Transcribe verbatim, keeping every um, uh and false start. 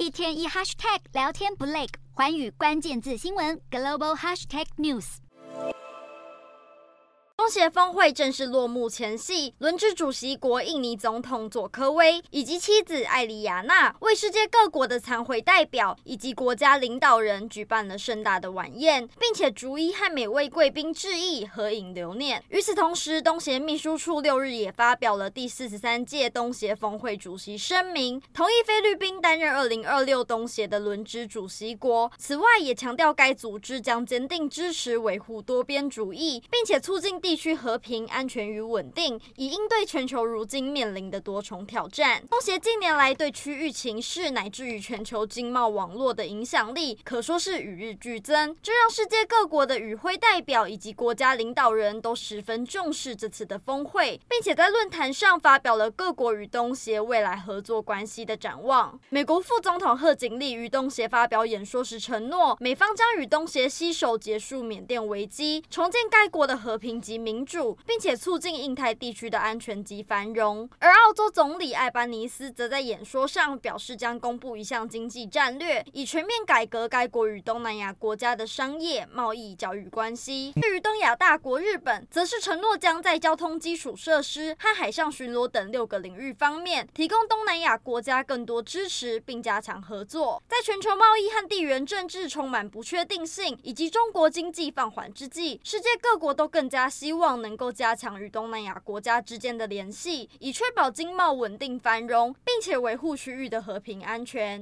一天一 hashtag 聊天不累，寰宇关键字新闻 global hashtag news。 东协峰会正式落幕前夕，轮值主席国印尼总统佐科威以及妻子艾丽亚娜为世界各国的参会代表以及国家领导人举办了盛大的晚宴，并且逐一和每位贵宾致意、合影留念。与此同时，东协秘书处六日也发表了第四十三届东协峰会主席声明，同意菲律宾担任二零二六东协的轮值主席国。此外，也强调该组织将坚定支持维护多边主义，并且促进地区和平、安全与稳定，以应对全球如今面临的多重挑战。东协近年来对区域情势乃至于全球经贸网络的影响力，可说是与日俱增，这让世界各国的与会代表以及国家领导人都十分重视这次的峰会，并且在论坛上发表了各国与东协未来合作关系的展望。美国副总统贺锦丽于东协发表演说时承诺，美方将与东协携手结束缅甸危机，重建该国的和平及民主，并且促进印太地区的安全及繁荣。而澳洲总理艾班尼斯则在演说上表示，将公布一项经济战略，以全面改革该国与东南亚国家的商业、贸易、教育关系。至于东亚大国日本，则是承诺将在交通基础设施和海上巡逻等六个领域方面，提供东南亚国家更多支持，并加强合作。在全球贸易和地缘政治充满不确定性，以及中国经济放缓之际，世界各国都更加希望能够加强与东南亚国家之间的联系，以确保经贸稳定繁荣，并且维护区域的和平安全。